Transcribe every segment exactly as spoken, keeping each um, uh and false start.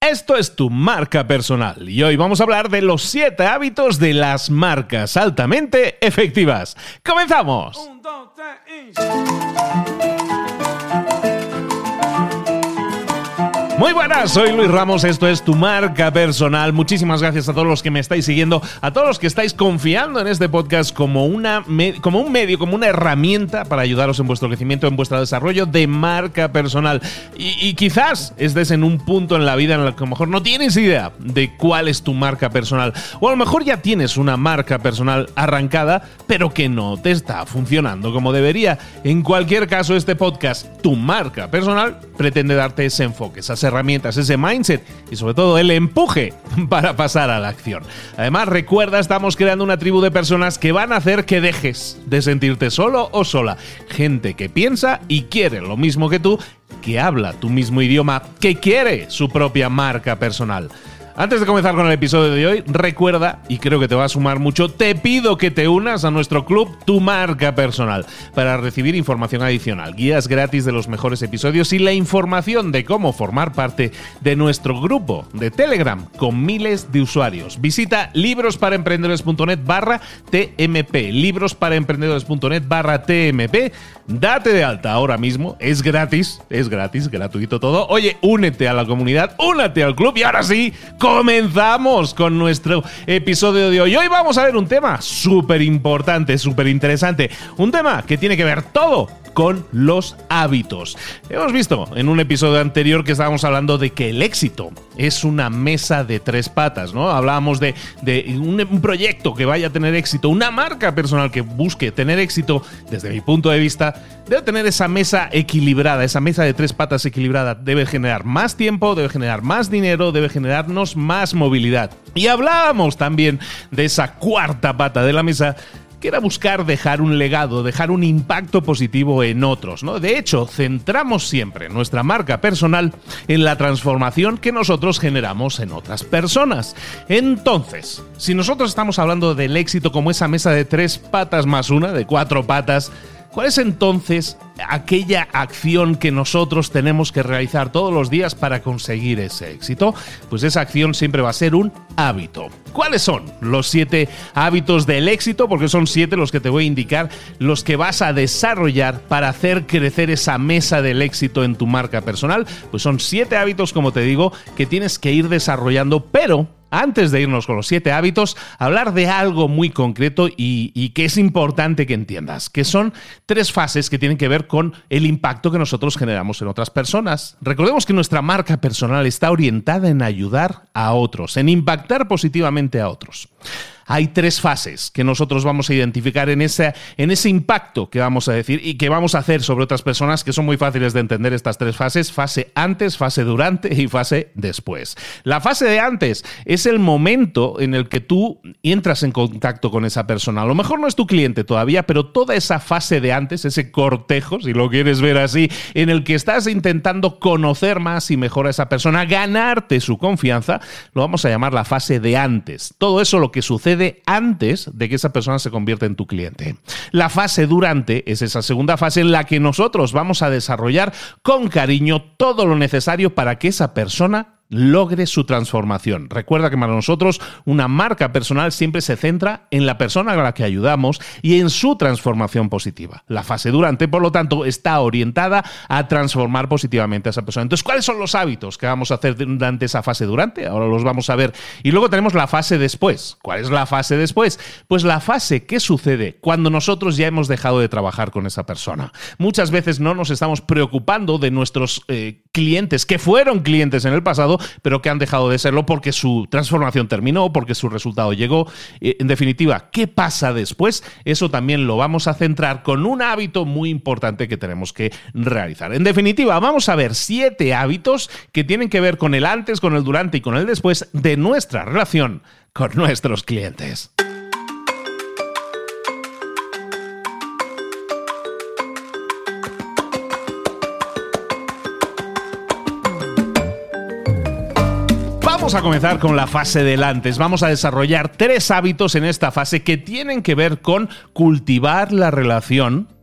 Esto es Tu Marca Personal y hoy vamos a hablar de los siete hábitos de las marcas altamente efectivas. ¡Comenzamos! Un, dos, tres, y... Muy buenas, soy Luis Ramos, esto es Tu Marca Personal. Muchísimas gracias a todos los que me estáis siguiendo, a todos los que estáis confiando en este podcast como, una, como un medio, como una herramienta para ayudaros en vuestro crecimiento, en vuestro desarrollo de marca personal. Y, y quizás estés en un punto en la vida en el que a lo mejor no tienes idea de cuál es tu marca personal. O a lo mejor ya tienes una marca personal arrancada, pero que no te está funcionando como debería. En cualquier caso, este podcast, Tu Marca Personal, pretende darte ese enfoque, esas herramientas, ese mindset y sobre todo el empuje para pasar a la acción. Además, recuerda, estamos creando una tribu de personas que van a hacer que dejes de sentirte solo o sola. Gente que piensa y quiere lo mismo que tú, que habla tu mismo idioma, que quiere su propia marca personal. Antes de comenzar con el episodio de hoy, recuerda, y creo que te va a sumar mucho, te pido que te unas a nuestro club Tu Marca Personal para recibir información adicional, guías gratis de los mejores episodios y la información de cómo formar parte de nuestro grupo de Telegram con miles de usuarios. Visita librosparaemprendedores.net barra TMP, librosparaemprendedores.net barra TMP, date de alta ahora mismo, es gratis, es gratis, gratuito todo. Oye, únete a la comunidad, únete al club y ahora sí, comenzamos con nuestro episodio de hoy. Hoy vamos a ver un tema súper importante, súper interesante. Un tema que tiene que ver todo con los hábitos. Hemos visto en un episodio anterior que estábamos hablando de que el éxito es una mesa de tres patas, ¿no? Hablábamos de, de un, un proyecto que vaya a tener éxito, una marca personal que busque tener éxito, desde mi punto de vista, debe tener esa mesa equilibrada, esa mesa de tres patas equilibrada. Debe generar más tiempo, debe generar más dinero, debe generarnos más movilidad. Y hablábamos también de esa cuarta pata de la mesa, que era buscar dejar un legado, dejar un impacto positivo en otros, ¿no? De hecho, centramos siempre nuestra marca personal en la transformación que nosotros generamos en otras personas. Entonces, si nosotros estamos hablando del éxito como esa mesa de tres patas más una, de cuatro patas, ¿cuál es entonces aquella acción que nosotros tenemos que realizar todos los días para conseguir ese éxito? Pues esa acción siempre va a ser un hábito. ¿Cuáles son los siete hábitos del éxito? Porque son siete los que te voy a indicar, los que vas a desarrollar para hacer crecer esa mesa del éxito en tu marca personal. Pues son siete hábitos, como te digo, que tienes que ir desarrollando, pero antes de irnos con los siete hábitos, hablar de algo muy concreto y, y que es importante que entiendas, que son tres fases que tienen que ver con el impacto que nosotros generamos en otras personas. Recordemos que nuestra marca personal está orientada en ayudar a otros, en impactar positivamente a otros. Hay tres fases que nosotros vamos a identificar en ese, en ese impacto que vamos a decir y que vamos a hacer sobre otras personas, que son muy fáciles de entender estas tres fases: fase antes, fase durante y fase después. La fase de antes es el momento en el que tú entras en contacto con esa persona. A lo mejor no es tu cliente todavía, pero toda esa fase de antes, ese cortejo, si lo quieres ver así, en el que estás intentando conocer más y mejor a esa persona, ganarte su confianza, lo vamos a llamar la fase de antes. Todo eso lo que sucede antes de que esa persona se convierta en tu cliente. La fase durante es esa segunda fase en la que nosotros vamos a desarrollar con cariño todo lo necesario para que esa persona logre su transformación. Recuerda que para nosotros una marca personal siempre se centra en la persona a la que ayudamos y en su transformación positiva. La fase durante, por lo tanto, está orientada a transformar positivamente a esa persona. Entonces, ¿cuáles son los hábitos que vamos a hacer durante esa fase durante? Ahora los vamos a ver. Y luego tenemos la fase después. ¿Cuál es la fase después? Pues la fase que sucede cuando nosotros ya hemos dejado de trabajar con esa persona. Muchas veces no nos estamos preocupando de nuestros eh, clientes que fueron clientes en el pasado, pero que han dejado de serlo porque su transformación terminó, porque su resultado llegó. En definitiva, ¿qué pasa después? Eso también lo vamos a centrar con un hábito muy importante que tenemos que realizar. En definitiva, vamos a ver siete hábitos que tienen que ver con el antes, con el durante y con el después de nuestra relación con nuestros clientes. Vamos a comenzar con la fase del antes. Vamos a desarrollar tres hábitos en esta fase que tienen que ver con cultivar la relación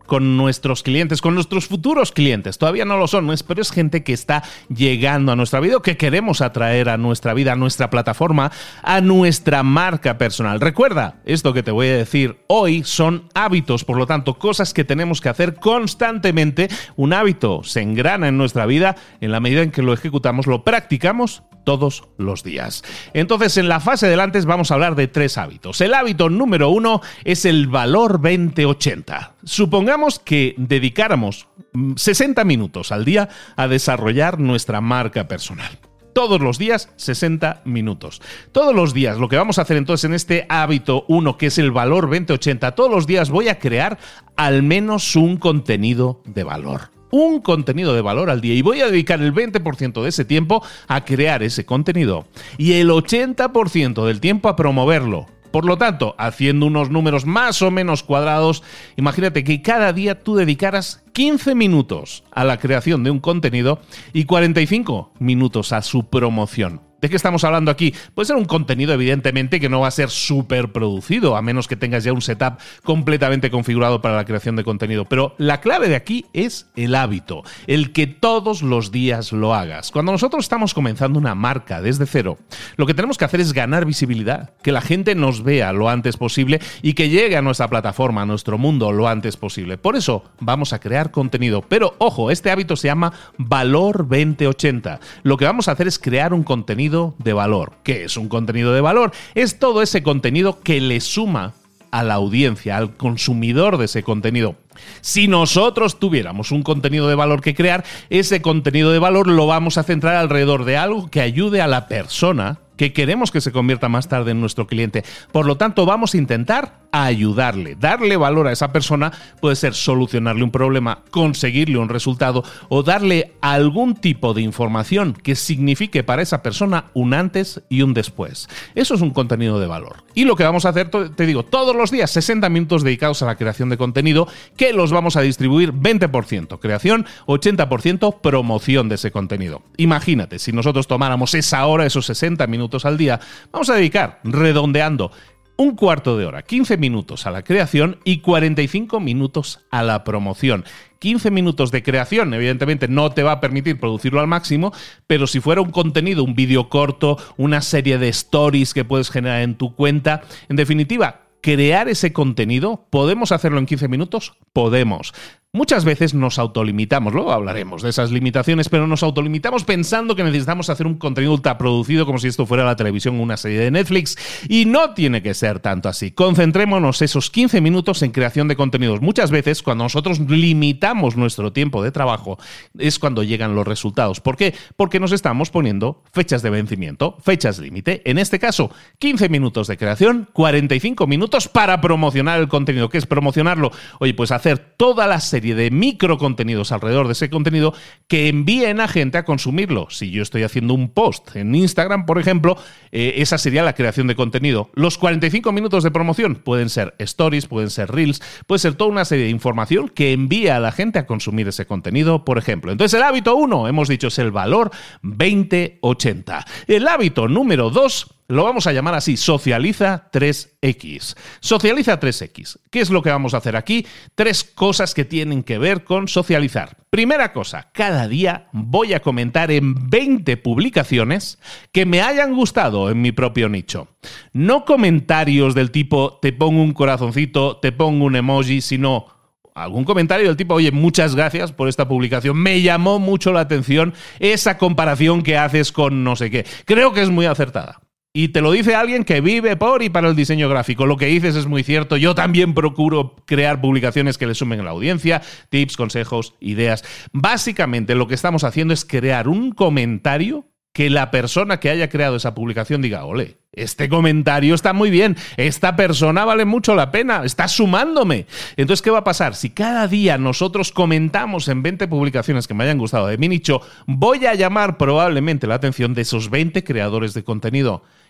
con nuestros clientes, con nuestros futuros clientes. Todavía no lo son, pero es gente que está llegando a nuestra vida o que queremos atraer a nuestra vida, a nuestra plataforma, a nuestra marca personal. Recuerda, esto que te voy a decir hoy son hábitos, por lo tanto, cosas que tenemos que hacer constantemente. Un hábito se engrana en nuestra vida en la medida en que lo ejecutamos, lo practicamos todos los días. Entonces, en la fase del antes vamos a hablar de tres hábitos. El hábito número uno es el valor veinte ochenta. Supongamos que dedicáramos sesenta minutos al día a desarrollar nuestra marca personal. Todos los días, sesenta minutos. Todos los días, lo que vamos a hacer entonces en este hábito uno, que es el valor veinte ochenta, todos los días voy a crear al menos un contenido de valor. Un contenido de valor al día y voy a dedicar el veinte por ciento de ese tiempo a crear ese contenido y el ochenta por ciento del tiempo a promoverlo. Por lo tanto, haciendo unos números más o menos cuadrados, imagínate que cada día tú dedicaras quince minutos a la creación de un contenido y cuarenta y cinco minutos a su promoción. ¿De qué estamos hablando aquí? Puede ser un contenido, evidentemente, que no va a ser súper producido, a menos que tengas ya un setup completamente configurado para la creación de contenido. Pero la clave de aquí es el hábito, el que todos los días lo hagas. Cuando nosotros estamos comenzando una marca desde cero, lo que tenemos que hacer es ganar visibilidad, que la gente nos vea lo antes posible y que llegue a nuestra plataforma, a nuestro mundo lo antes posible. Por eso vamos a crear contenido. Pero, ojo, este hábito se llama valor veinte ochenta. Lo que vamos a hacer es crear un contenido de valor. ¿Qué es un contenido de valor? Es todo ese contenido que le suma a la audiencia, al consumidor de ese contenido. Si nosotros tuviéramos un contenido de valor que crear, ese contenido de valor lo vamos a centrar alrededor de algo que ayude a la persona que queremos que se convierta más tarde en nuestro cliente. Por lo tanto, vamos a intentar ayudarle, darle valor a esa persona. Puede ser solucionarle un problema, conseguirle un resultado o darle algún tipo de información que signifique para esa persona un antes y un después. Eso es un contenido de valor. Y lo que vamos a hacer, te digo, todos los días, sesenta minutos dedicados a la creación de contenido, que los vamos a distribuir veinte por ciento creación, ochenta por ciento promoción de ese contenido. Imagínate, si nosotros tomáramos esa hora, esos sesenta minutos al día, vamos a dedicar, redondeando, un cuarto de hora, quince minutos a la creación y cuarenta y cinco minutos a la promoción. quince minutos de creación, evidentemente no te va a permitir producirlo al máximo, pero si fuera un contenido, un vídeo corto, una serie de stories que puedes generar en tu cuenta, en definitiva, crear ese contenido, ¿podemos hacerlo en quince minutos? Podemos. Muchas veces nos autolimitamos, luego hablaremos de esas limitaciones, pero nos autolimitamos pensando que necesitamos hacer un contenido ultraproducido como si esto fuera la televisión o una serie de Netflix, y no tiene que ser tanto así. Concentrémonos esos quince minutos en creación de contenidos. Muchas veces, cuando nosotros limitamos nuestro tiempo de trabajo, es cuando llegan los resultados. ¿Por qué? Porque nos estamos poniendo fechas de vencimiento, fechas límite. En este caso, quince minutos de creación, cuarenta y cinco minutos para promocionar el contenido. ¿Qué es promocionarlo? Oye, pues hacer toda la serie de micro contenidos alrededor de ese contenido que envíen a gente a consumirlo. Si yo estoy haciendo un post en Instagram, por ejemplo, eh, esa sería la creación de contenido. Los cuarenta y cinco minutos de promoción pueden ser stories, pueden ser reels, puede ser toda una serie de información que envía a la gente a consumir ese contenido, por ejemplo. Entonces, el hábito uno, hemos dicho, es el valor veinte ochenta. El hábito número dos, lo vamos a llamar así, Socializa tres equis. Socializa tres equis. ¿Qué es lo que vamos a hacer aquí? Tres cosas que tienen que ver con socializar. Primera cosa, cada día voy a comentar en veinte publicaciones que me hayan gustado en mi propio nicho. No comentarios del tipo, te pongo un corazoncito, te pongo un emoji, sino algún comentario del tipo, oye, muchas gracias por esta publicación, me llamó mucho la atención esa comparación que haces con no sé qué. Creo que es muy acertada. Y te lo dice alguien que vive por y para el diseño gráfico. Lo que dices es muy cierto. Yo también procuro crear publicaciones que le sumen a la audiencia, tips, consejos, ideas. Básicamente lo que estamos haciendo es crear un comentario que la persona que haya creado esa publicación diga, ole, este comentario está muy bien, esta persona vale mucho la pena, está sumándome. Entonces, ¿qué va a pasar? Si cada día nosotros comentamos en veinte publicaciones que me hayan gustado de mi nicho, voy a llamar probablemente la atención de esos veinte creadores de contenido.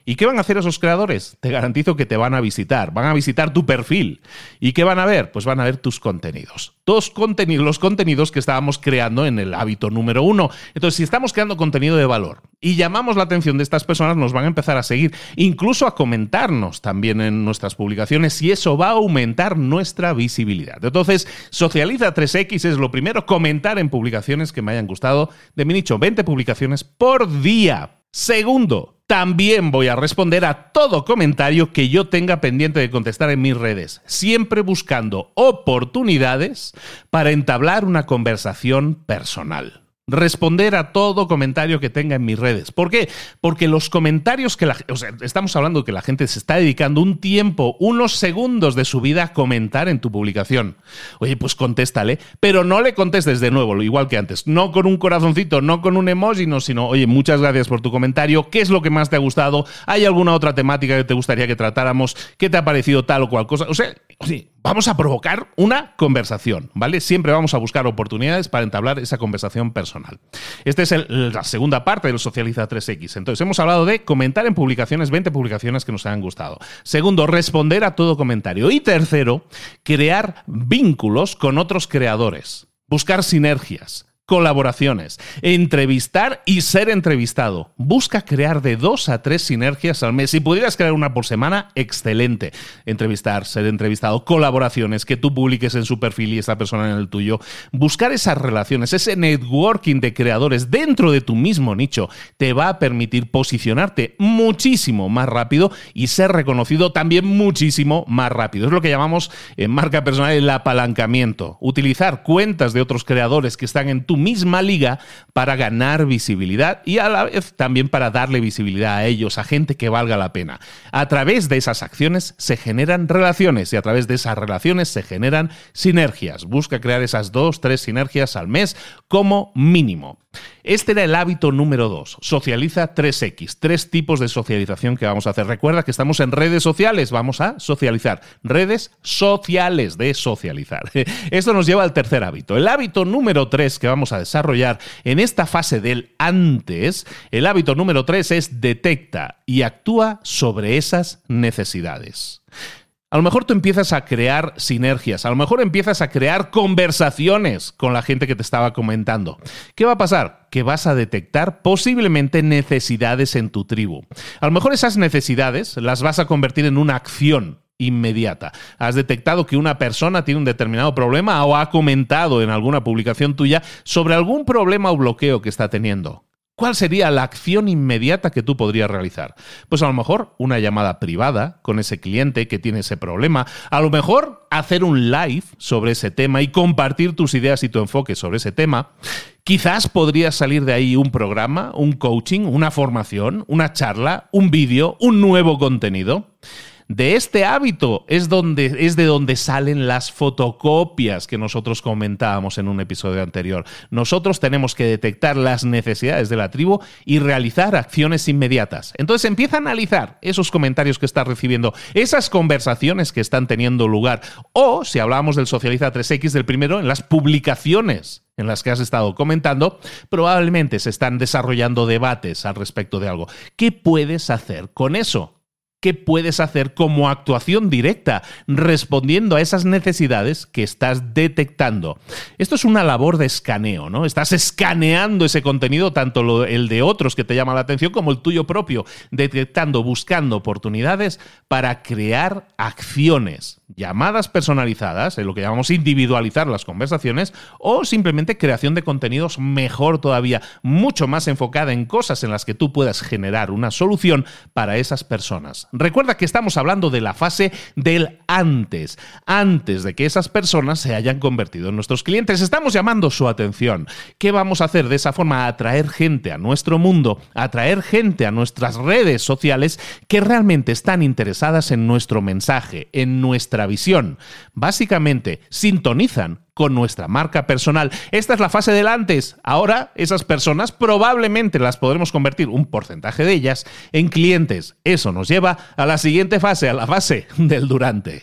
¿Y qué van a hacer esos creadores? Te garantizo que te van a visitar, van a visitar tu perfil. ¿Y qué van a ver? Pues van a ver tus contenidos. Tus contenidos, los contenidos que estábamos creando en el hábito número uno. Entonces, si estamos creando contenido de valor y llamamos la atención de estas personas, nos van a empezar a seguir, incluso a comentarnos también en nuestras publicaciones, y eso va a aumentar nuestra visibilidad. Entonces, Socializa tres equis es lo primero, comentar en publicaciones que me hayan gustado de mi nicho, veinte publicaciones por día. Segundo, también voy a responder a todo comentario que yo tenga pendiente de contestar en mis redes, siempre buscando oportunidades para entablar una conversación personal. Responder a todo comentario que tenga en mis redes. ¿Por qué? Porque los comentarios que la o sea, estamos hablando de que la gente se está dedicando un tiempo, unos segundos de su vida a comentar en tu publicación. Oye, pues contéstale, pero no le contestes de nuevo, igual que antes. No con un corazoncito, no con un emoji, no, sino, oye, muchas gracias por tu comentario. ¿Qué es lo que más te ha gustado? ¿Hay alguna otra temática que te gustaría que tratáramos? ¿Qué te ha parecido tal o cual cosa? O sea, oye, vamos a provocar una conversación, ¿vale? Siempre vamos a buscar oportunidades para entablar esa conversación personal. Esta es el, la segunda parte del Socializa tres equis. Entonces, hemos hablado de comentar en publicaciones, veinte publicaciones que nos hayan gustado. Segundo, responder a todo comentario. Y tercero, crear vínculos con otros creadores. Buscar sinergias, colaboraciones, entrevistar y ser entrevistado. Busca crear de dos a tres sinergias al mes. Si pudieras crear una por semana, excelente. Entrevistar, ser entrevistado, colaboraciones, que tú publiques en su perfil y esa persona en el tuyo. Buscar esas relaciones, ese networking de creadores dentro de tu mismo nicho te va a permitir posicionarte muchísimo más rápido y ser reconocido también muchísimo más rápido. Es lo que llamamos en marca personal el apalancamiento. Utilizar cuentas de otros creadores que están en tu misma liga para ganar visibilidad y a la vez también para darle visibilidad a ellos, a gente que valga la pena. A través de esas acciones se generan relaciones y a través de esas relaciones se generan sinergias. Busca crear esas dos, tres sinergias al mes como mínimo. Este era el hábito número dos, Socializa tres equis, tres tipos de socialización que vamos a hacer. Recuerda que estamos en redes sociales, vamos a socializar, redes sociales de socializar. Esto nos lleva al tercer hábito. El hábito número tres que vamos a desarrollar en esta fase del antes, el hábito número tres es detecta y actúa sobre esas necesidades. A lo mejor tú empiezas a crear sinergias, a lo mejor empiezas a crear conversaciones con la gente que te estaba comentando. ¿Qué va a pasar? Que vas a detectar posiblemente necesidades en tu tribu. A lo mejor esas necesidades las vas a convertir en una acción inmediata. Has detectado que una persona tiene un determinado problema o ha comentado en alguna publicación tuya sobre algún problema o bloqueo que está teniendo. ¿Cuál sería la acción inmediata que tú podrías realizar? Pues a lo mejor una llamada privada con ese cliente que tiene ese problema. A lo mejor hacer un live sobre ese tema y compartir tus ideas y tu enfoque sobre ese tema. Quizás podría salir de ahí un programa, un coaching, una formación, una charla, un vídeo, un nuevo contenido. De este hábito es, donde, es de donde salen las fotocopias que nosotros comentábamos en un episodio anterior. Nosotros tenemos que detectar las necesidades de la tribu y realizar acciones inmediatas. Entonces empieza a analizar esos comentarios que estás recibiendo, esas conversaciones que están teniendo lugar. O, si hablábamos del Socializa tres equis del primero, en las publicaciones en las que has estado comentando, probablemente se están desarrollando debates al respecto de algo. ¿Qué puedes hacer con eso? ¿Qué puedes hacer como actuación directa respondiendo a esas necesidades que estás detectando? Esto es una labor de escaneo, ¿no? Estás escaneando ese contenido, tanto lo, el de otros que te llama la atención como el tuyo propio, detectando, buscando oportunidades para crear acciones, llamadas personalizadas, en lo que llamamos individualizar las conversaciones, o simplemente creación de contenidos mejor todavía, mucho más enfocada en cosas en las que tú puedas generar una solución para esas personas. Recuerda que estamos hablando de la fase del antes, antes de que esas personas se hayan convertido en nuestros clientes. Estamos llamando su atención. ¿Qué vamos a hacer de esa forma? Atraer gente a nuestro mundo, atraer gente a nuestras redes sociales que realmente están interesadas en nuestro mensaje, en nuestra visión. Básicamente, sintonizan con nuestra marca personal. Esta es la fase del antes. Ahora, esas personas probablemente las podremos convertir, un porcentaje de ellas, en clientes. Eso nos lleva a la siguiente fase, a la fase del durante.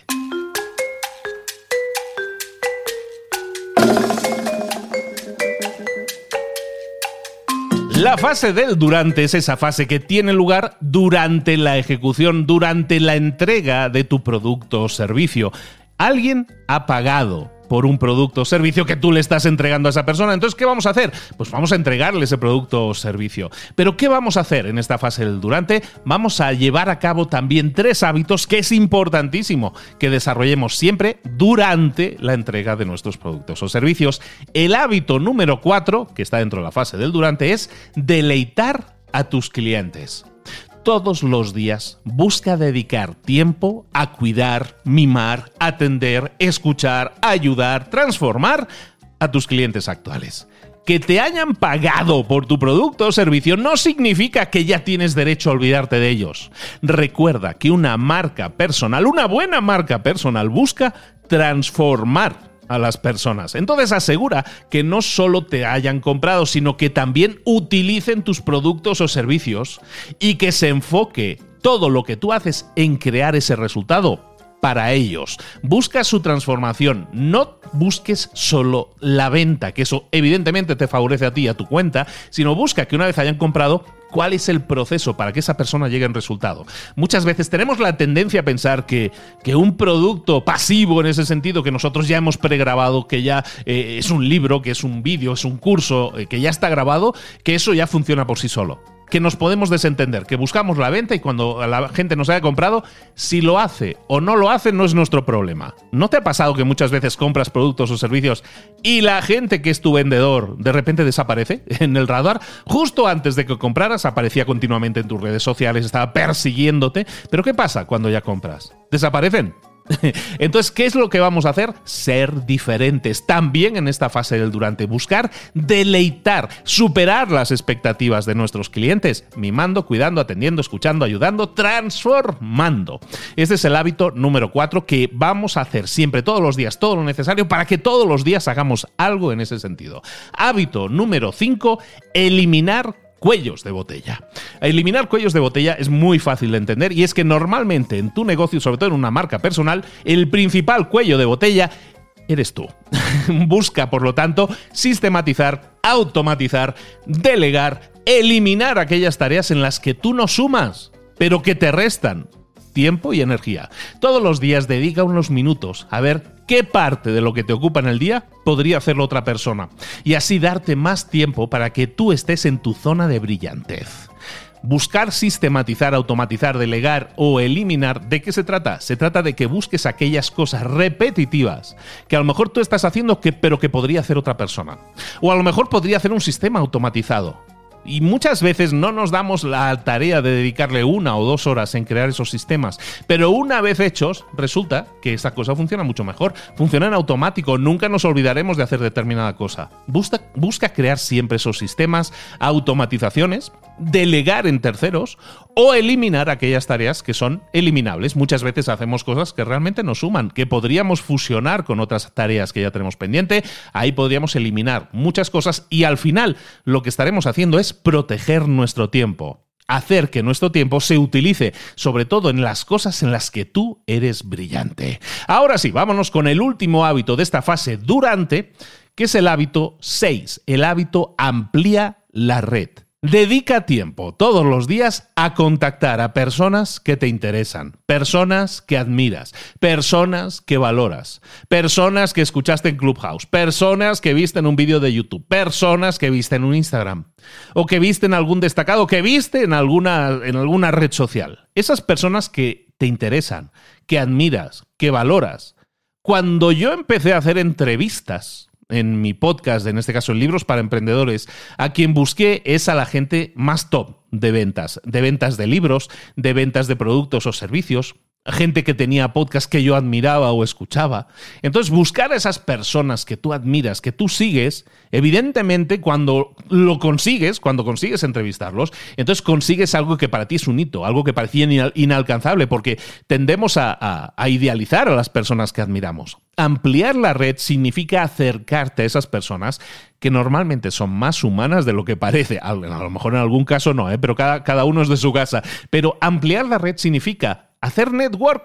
La fase del durante es esa fase que tiene lugar durante la ejecución, durante la entrega de tu producto o servicio. Alguien ha pagado por un producto o servicio que tú le estás entregando a esa persona. Entonces, ¿qué vamos a hacer? Pues vamos a entregarle ese producto o servicio. Pero, ¿qué vamos a hacer en esta fase del durante? Vamos a llevar a cabo también tres hábitos que es importantísimo que desarrollemos siempre durante la entrega de nuestros productos o servicios. El hábito número cuatro, que está dentro de la fase del durante, es deleitar a tus clientes. Todos los días busca dedicar tiempo a cuidar, mimar, atender, escuchar, ayudar, transformar a tus clientes actuales. Que te hayan pagado por tu producto o servicio no significa que ya tienes derecho a olvidarte de ellos. Recuerda que una marca personal, una buena marca personal, busca transformar a las personas. Entonces asegura que no solo te hayan comprado, sino que también utilicen tus productos o servicios y que se enfoque todo lo que tú haces en crear ese resultado para ellos. Busca su transformación, no busques solo la venta, que eso evidentemente te favorece a ti y a tu cuenta, sino busca que una vez hayan comprado, ¿cuál es el proceso para que esa persona llegue a un resultado? Muchas veces tenemos la tendencia a pensar que, que un producto pasivo en ese sentido, que nosotros ya hemos pregrabado, que ya eh, es un libro, que es un vídeo, es un curso, eh, que ya está grabado, que eso ya funciona por sí solo. Que nos podemos desentender, que buscamos la venta y cuando la gente nos haya comprado, si lo hace o no lo hace no es nuestro problema. ¿No te ha pasado que muchas veces compras productos o servicios y la gente que es tu vendedor de repente desaparece en el radar? Justo antes de que compraras aparecía continuamente en tus redes sociales, estaba persiguiéndote. ¿Pero qué pasa cuando ya compras? ¿Desaparecen? Entonces, ¿qué es lo que vamos a hacer? Ser diferentes. También en esta fase del durante, buscar deleitar, superar las expectativas de nuestros clientes, mimando, cuidando, atendiendo, escuchando, ayudando, transformando. Este es el hábito número cuatro que vamos a hacer siempre, todos los días, todo lo necesario para que todos los días hagamos algo en ese sentido. Hábito número cinco, eliminar cuellos de botella. Eliminar cuellos de botella es muy fácil de entender y es que normalmente en tu negocio, sobre todo en una marca personal, el principal cuello de botella eres tú. Busca, por lo tanto, sistematizar, automatizar, delegar, eliminar aquellas tareas en las que tú no sumas, pero que te restan tiempo y energía. Todos los días dedica unos minutos a ver qué parte de lo que te ocupa en el día podría hacerlo otra persona y así darte más tiempo para que tú estés en tu zona de brillantez. Buscar sistematizar, automatizar, delegar o eliminar, ¿de qué se trata? Se trata de que busques aquellas cosas repetitivas que a lo mejor tú estás haciendo que, pero que podría hacer otra persona. O a lo mejor podría hacer un sistema automatizado. Y muchas veces no nos damos la tarea de dedicarle una o dos horas en crear esos sistemas, pero una vez hechos, resulta que esa cosa funciona mucho mejor. Funciona en automático, nunca nos olvidaremos de hacer determinada cosa. Busca, busca crear siempre esos sistemas, automatizaciones, delegar en terceros o eliminar aquellas tareas que son eliminables. Muchas veces hacemos cosas que realmente nos suman, que podríamos fusionar con otras tareas que ya tenemos pendiente. Ahí podríamos eliminar muchas cosas y al final lo que estaremos haciendo es proteger nuestro tiempo. Hacer que nuestro tiempo se utilice, sobre todo en las cosas en las que tú eres brillante. Ahora sí, vámonos con el último hábito de esta fase durante, que es el hábito seis. El hábito amplía la red. Dedica tiempo todos los días a contactar a personas que te interesan, personas que admiras, personas que valoras, personas que escuchaste en Clubhouse, personas que viste en un vídeo de YouTube, personas que viste en un Instagram o que viste en algún destacado, que viste en alguna, en alguna red social. Esas personas que te interesan, que admiras, que valoras. Cuando yo empecé a hacer entrevistas en mi podcast, en este caso en Libros para Emprendedores, a quien busqué es a la gente más top de ventas, de ventas de libros, de ventas de productos o servicios, gente que tenía podcast que yo admiraba o escuchaba. Entonces, buscar a esas personas que tú admiras, que tú sigues, evidentemente cuando lo consigues, cuando consigues entrevistarlos, entonces consigues algo que para ti es un hito, algo que parecía inalcanzable, porque tendemos a, a, a idealizar a las personas que admiramos. Ampliar la red significa acercarte a esas personas que normalmente son más humanas de lo que parece. A lo mejor en algún caso no, ¿eh? Pero cada, cada uno es de su casa. Pero ampliar la red significa hacer networking,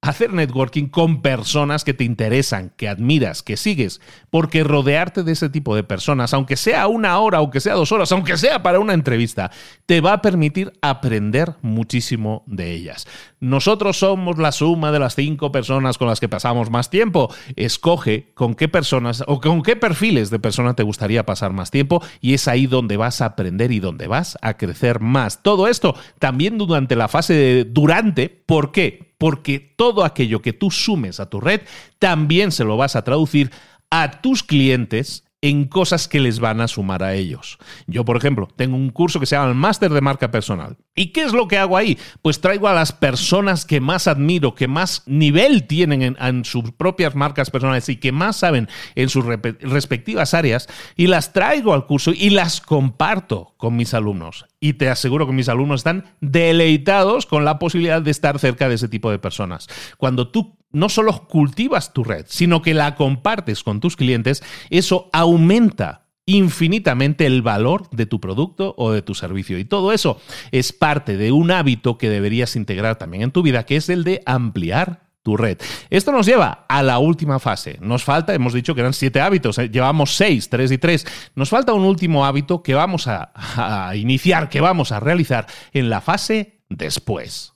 hacer networking con personas que te interesan, que admiras, que sigues, porque rodearte de ese tipo de personas, aunque sea una hora, aunque sea dos horas, aunque sea para una entrevista, te va a permitir aprender muchísimo de ellas. Nosotros somos la suma de las cinco personas con las que pasamos más tiempo. Escoge con qué personas o con qué perfiles de persona te gustaría pasar más tiempo y es ahí donde vas a aprender y donde vas a crecer más. Todo esto también durante la fase de durante. ¿Por qué? Porque todo aquello que tú sumes a tu red también se lo vas a traducir a tus clientes en cosas que les van a sumar a ellos. Yo, por ejemplo, tengo un curso que se llama el Máster de Marca Personal. ¿Y qué es lo que hago ahí? Pues traigo a las personas que más admiro, que más nivel tienen en, en sus propias marcas personales y que más saben en sus rep- respectivas áreas y las traigo al curso y las comparto con mis alumnos. Y te aseguro que mis alumnos están deleitados con la posibilidad de estar cerca de ese tipo de personas. Cuando tú no solo cultivas tu red, sino que la compartes con tus clientes, eso aumenta infinitamente el valor de tu producto o de tu servicio. Y todo eso es parte de un hábito que deberías integrar también en tu vida, que es el de ampliar tu red. Esto nos lleva a la última fase. Nos falta, hemos dicho que eran siete hábitos, ¿eh? Llevamos seis, tres y tres. Nos falta un último hábito que vamos a, a iniciar, que vamos a realizar en la fase después.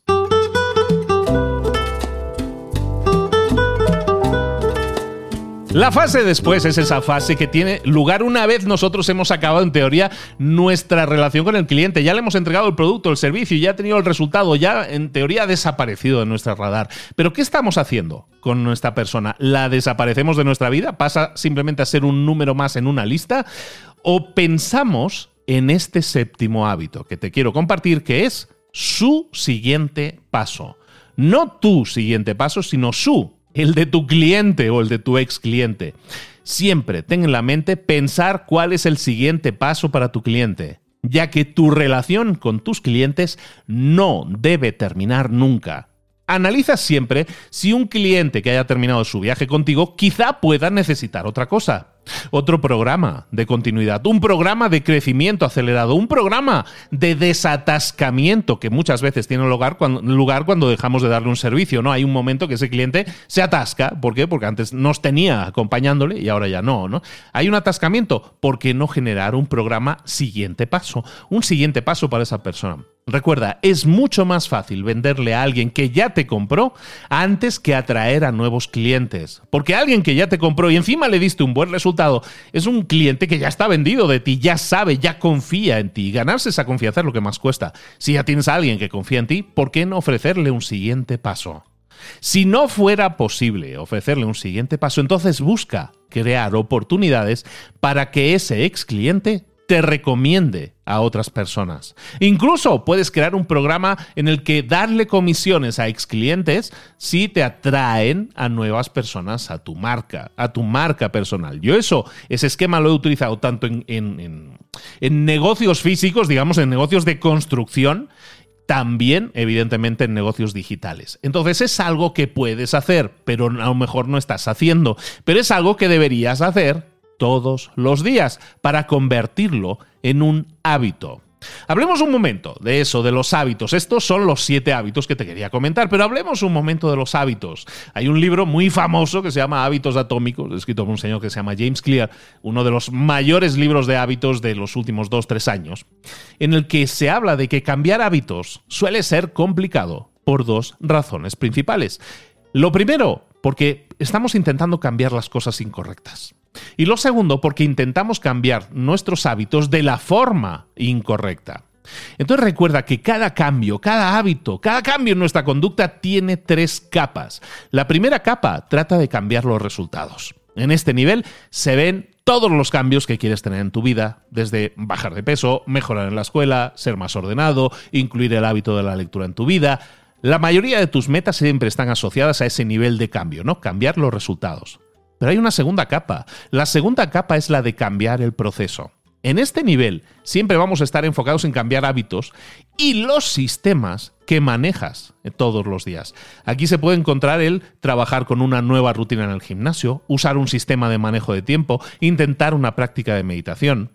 La fase después es esa fase que tiene lugar una vez nosotros hemos acabado, en teoría, nuestra relación con el cliente. Ya le hemos entregado el producto, el servicio, ya ha tenido el resultado, ya en teoría ha desaparecido de nuestro radar. ¿Pero qué estamos haciendo con nuestra persona? ¿La desaparecemos de nuestra vida? ¿Pasa simplemente a ser un número más en una lista? ¿O pensamos en este séptimo hábito que te quiero compartir, que es su siguiente paso? No tu siguiente paso, sino su el de tu cliente o el de tu ex cliente. Siempre ten en la mente pensar cuál es el siguiente paso para tu cliente, ya que tu relación con tus clientes no debe terminar nunca. Analiza siempre si un cliente que haya terminado su viaje contigo quizá pueda necesitar otra cosa. Otro programa de continuidad, un programa de crecimiento acelerado, un programa de desatascamiento que muchas veces tiene lugar cuando, lugar cuando dejamos de darle un servicio, ¿no? Hay un momento que ese cliente se atasca. ¿Por qué? Porque antes nos tenía acompañándole y ahora ya no, ¿no? Hay un atascamiento. ¿Por qué no generar un programa siguiente paso? Un siguiente paso para esa persona. Recuerda, es mucho más fácil venderle a alguien que ya te compró antes que atraer a nuevos clientes. Porque alguien que ya te compró y encima le diste un buen resultado, es un cliente que ya está vendido de ti, ya sabe, ya confía en ti. Ganarse esa confianza es lo que más cuesta. Si ya tienes a alguien que confía en ti, ¿por qué no ofrecerle un siguiente paso? Si no fuera posible ofrecerle un siguiente paso, entonces busca crear oportunidades para que ese ex cliente te recomiende a otras personas. Incluso puedes crear un programa en el que darle comisiones a ex clientes si te atraen a nuevas personas a tu marca, a tu marca personal. Yo eso, ese esquema lo he utilizado tanto en, en, en, en negocios físicos, digamos, en negocios de construcción, también, evidentemente, en negocios digitales. Entonces, es algo que puedes hacer, pero a lo mejor no estás haciendo. Pero es algo que deberías hacer todos los días para convertirlo en un hábito. Hablemos un momento de eso, de los hábitos. Estos son los siete hábitos que te quería comentar, pero hablemos un momento de los hábitos. Hay un libro muy famoso que se llama Hábitos Atómicos, escrito por un señor que se llama James Clear, uno de los mayores libros de hábitos de los últimos dos, tres años, en el que se habla de que cambiar hábitos suele ser complicado por dos razones principales. Lo primero, porque estamos intentando cambiar las cosas incorrectas. Y lo segundo, porque intentamos cambiar nuestros hábitos de la forma incorrecta. Entonces recuerda que cada cambio, cada hábito, cada cambio en nuestra conducta tiene tres capas. La primera capa trata de cambiar los resultados. En este nivel se ven todos los cambios que quieres tener en tu vida, desde bajar de peso, mejorar en la escuela, ser más ordenado, incluir el hábito de la lectura en tu vida. La mayoría de tus metas siempre están asociadas a ese nivel de cambio, ¿no? Cambiar los resultados. Pero hay una segunda capa. La segunda capa es la de cambiar el proceso. En este nivel siempre vamos a estar enfocados en cambiar hábitos y los sistemas que manejas todos los días. Aquí se puede encontrar el trabajar con una nueva rutina en el gimnasio, usar un sistema de manejo de tiempo, intentar una práctica de meditación.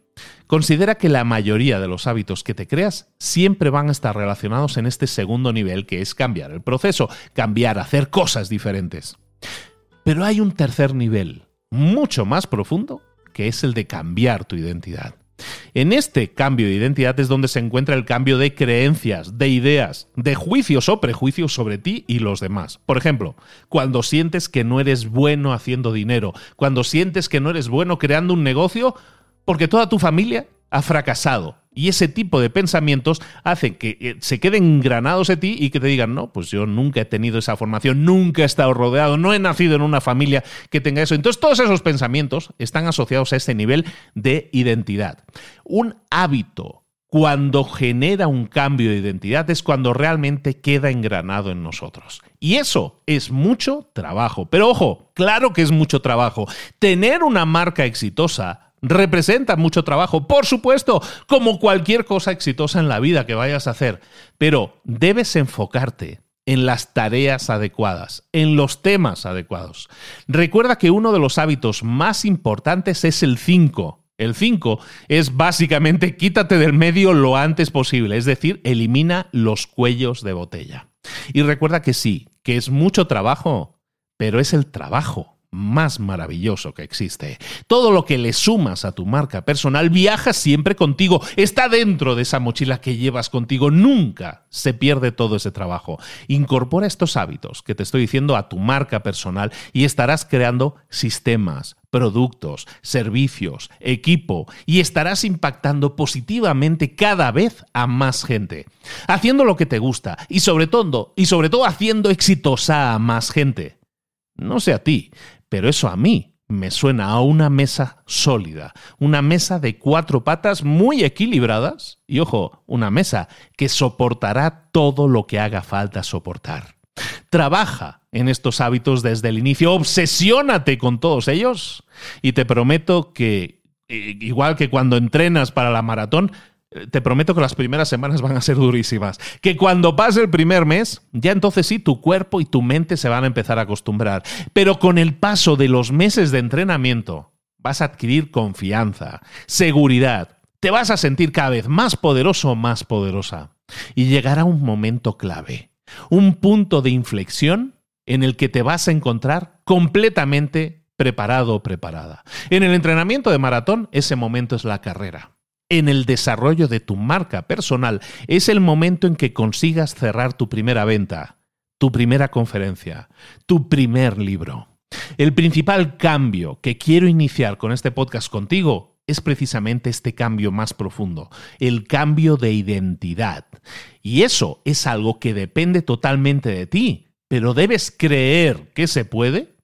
Considera que la mayoría de los hábitos que te creas siempre van a estar relacionados en este segundo nivel, que es cambiar el proceso, cambiar, hacer cosas diferentes. Pero hay un tercer nivel, mucho más profundo, que es el de cambiar tu identidad. En este cambio de identidad es donde se encuentra el cambio de creencias, de ideas, de juicios o prejuicios sobre ti y los demás. Por ejemplo, cuando sientes que no eres bueno haciendo dinero, cuando sientes que no eres bueno creando un negocio porque toda tu familia ha fracasado. Y ese tipo de pensamientos hacen que se queden engranados en ti y que te digan, no, pues yo nunca he tenido esa formación, nunca he estado rodeado, no he nacido en una familia que tenga eso. Entonces todos esos pensamientos están asociados a este nivel de identidad. Un hábito, cuando genera un cambio de identidad, es cuando realmente queda engranado en nosotros. Y eso es mucho trabajo. Pero ojo, claro que es mucho trabajo. Tener una marca exitosa representa mucho trabajo, por supuesto, como cualquier cosa exitosa en la vida que vayas a hacer. Pero debes enfocarte en las tareas adecuadas, en los temas adecuados. Recuerda que uno de los hábitos más importantes es el cinco. El cinco es básicamente quítate del medio lo antes posible, es decir, elimina los cuellos de botella. Y recuerda que sí, que es mucho trabajo, pero es el trabajo más maravilloso que existe. Todo lo que le sumas a tu marca personal viaja siempre contigo, está dentro de esa mochila que llevas contigo, nunca se pierde todo ese trabajo. Incorpora estos hábitos que te estoy diciendo a tu marca personal y estarás creando sistemas, productos, servicios, equipo y estarás impactando positivamente cada vez a más gente, haciendo lo que te gusta y sobre todo, y sobre todo haciendo exitosa a más gente. No sé a ti, pero eso a mí me suena a una mesa sólida, una mesa de cuatro patas muy equilibradas y, ojo, una mesa que soportará todo lo que haga falta soportar. Trabaja en estos hábitos desde el inicio, obsesiónate con todos ellos y te prometo que, igual que cuando entrenas para la maratón, te prometo que las primeras semanas van a ser durísimas. Que cuando pase el primer mes, ya entonces sí, tu cuerpo y tu mente se van a empezar a acostumbrar. Pero con el paso de los meses de entrenamiento, vas a adquirir confianza, seguridad. Te vas a sentir cada vez más poderoso o más poderosa. Y llegará un momento clave, un punto de inflexión en el que te vas a encontrar completamente preparado o preparada. En el entrenamiento de maratón, ese momento es la carrera. En el desarrollo de tu marca personal es el momento en que consigas cerrar tu primera venta, tu primera conferencia, tu primer libro. El principal cambio que quiero iniciar con este podcast contigo es precisamente este cambio más profundo, el cambio de identidad. Y eso es algo que depende totalmente de ti, pero debes creer que se puede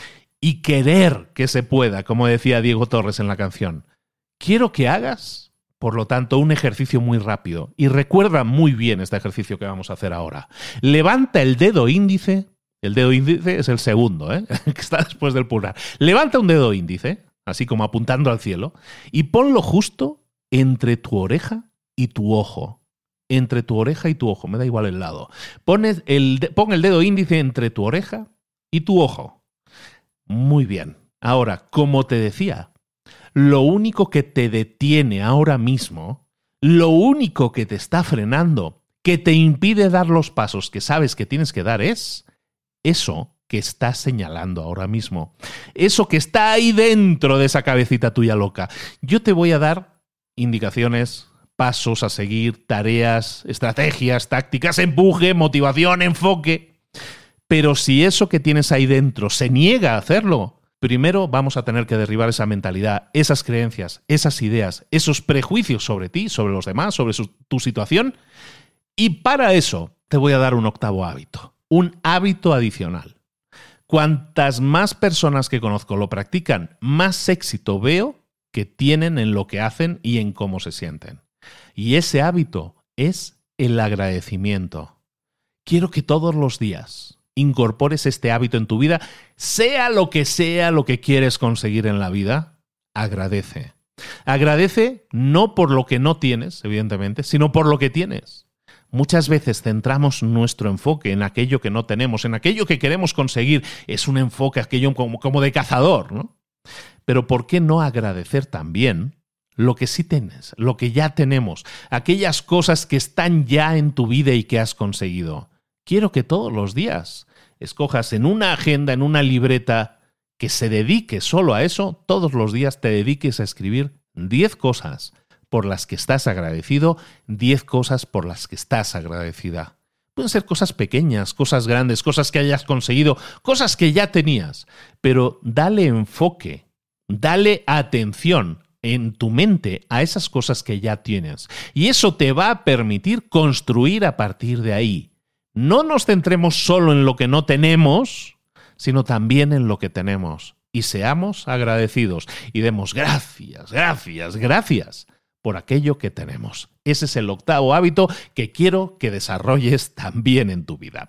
y querer que se pueda, como decía Diego Torres en la canción. Quiero que hagas, por lo tanto, un ejercicio muy rápido. Y recuerda muy bien este ejercicio que vamos a hacer ahora. Levanta el dedo índice. El dedo índice es el segundo, ¿eh? que está después del pulgar. Levanta un dedo índice, así como apuntando al cielo, y ponlo justo entre tu oreja y tu ojo. Entre tu oreja y tu ojo, me da igual el lado. Pon el, pon el dedo índice entre tu oreja y tu ojo. Muy bien. Ahora, como te decía, lo único que te detiene ahora mismo, lo único que te está frenando, que te impide dar los pasos que sabes que tienes que dar es eso que estás señalando ahora mismo. Eso que está ahí dentro de esa cabecita tuya loca. Yo te voy a dar indicaciones, pasos a seguir, tareas, estrategias, tácticas, empuje, motivación, enfoque. Pero si eso que tienes ahí dentro se niega a hacerlo, primero vamos a tener que derribar esa mentalidad, esas creencias, esas ideas, esos prejuicios sobre ti, sobre los demás, sobre su, tu situación. Y para eso te voy a dar un octavo hábito, un hábito adicional. Cuantas más personas que conozco lo practican, más éxito veo que tienen en lo que hacen y en cómo se sienten. Y ese hábito es el agradecimiento. Quiero que todos los días incorpores este hábito en tu vida, sea lo que sea lo que quieres conseguir en la vida, agradece. Agradece no por lo que no tienes, evidentemente, sino por lo que tienes. Muchas veces centramos nuestro enfoque en aquello que no tenemos, en aquello que queremos conseguir. Es un enfoque aquello como, como de cazador, ¿no? Pero ¿por qué no agradecer también lo que sí tienes, lo que ya tenemos, aquellas cosas que están ya en tu vida y que has conseguido. Quiero que todos los días escojas en una agenda, en una libreta, que se dedique solo a eso, todos los días te dediques a escribir diez cosas por las que estás agradecido, diez cosas por las que estás agradecida. Pueden ser cosas pequeñas, cosas grandes, cosas que hayas conseguido, cosas que ya tenías, pero dale enfoque, dale atención en tu mente a esas cosas que ya tienes. Y eso te va a permitir construir a partir de ahí. No nos centremos solo en lo que no tenemos, sino también en lo que tenemos. Y seamos agradecidos y demos gracias, gracias, gracias por aquello que tenemos. Ese es el octavo hábito que quiero que desarrolles también en tu vida.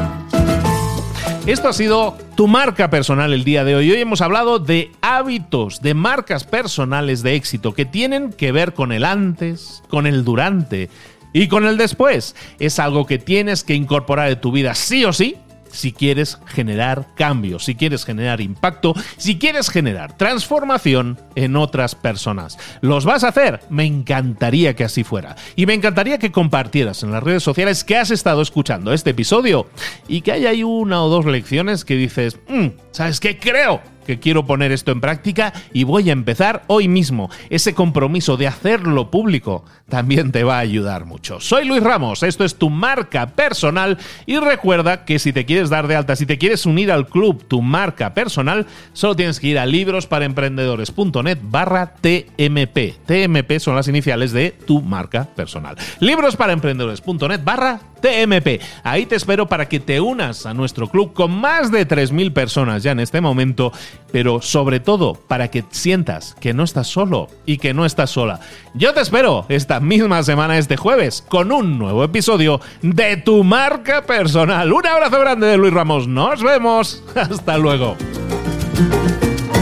Esto ha sido Tu Marca Personal el día de hoy. Hoy hemos hablado de hábitos, de marcas personales de éxito que tienen que ver con el antes, con el durante y con el después. Es algo que tienes que incorporar en tu vida sí o sí, si quieres generar cambios, si quieres generar impacto, si quieres generar transformación en otras personas. ¿Los vas a hacer? Me encantaría que así fuera. Y me encantaría que compartieras en las redes sociales que has estado escuchando este episodio y que hay ahí una o dos lecciones que dices, mmm, ¿sabes qué? Creo que quiero poner esto en práctica y voy a empezar hoy mismo. Ese compromiso de hacerlo público también te va a ayudar mucho. Soy Luis Ramos, esto es Tu Marca Personal y recuerda que si te quieres dar de alta, si te quieres unir al club Tu Marca Personal, solo tienes que ir a librosparaemprendedores.net barra TMP. T M P son las iniciales de Tu Marca Personal. librosparaemprendedores.net barra T M P. Ahí te espero para que te unas a nuestro club con más de tres mil personas ya en este momento, pero sobre todo para que sientas que no estás solo y que no estás sola. Yo te espero esta misma semana, este jueves, con un nuevo episodio de Tu Marca Personal. Un abrazo grande de Luis Ramos. Nos vemos. Hasta luego.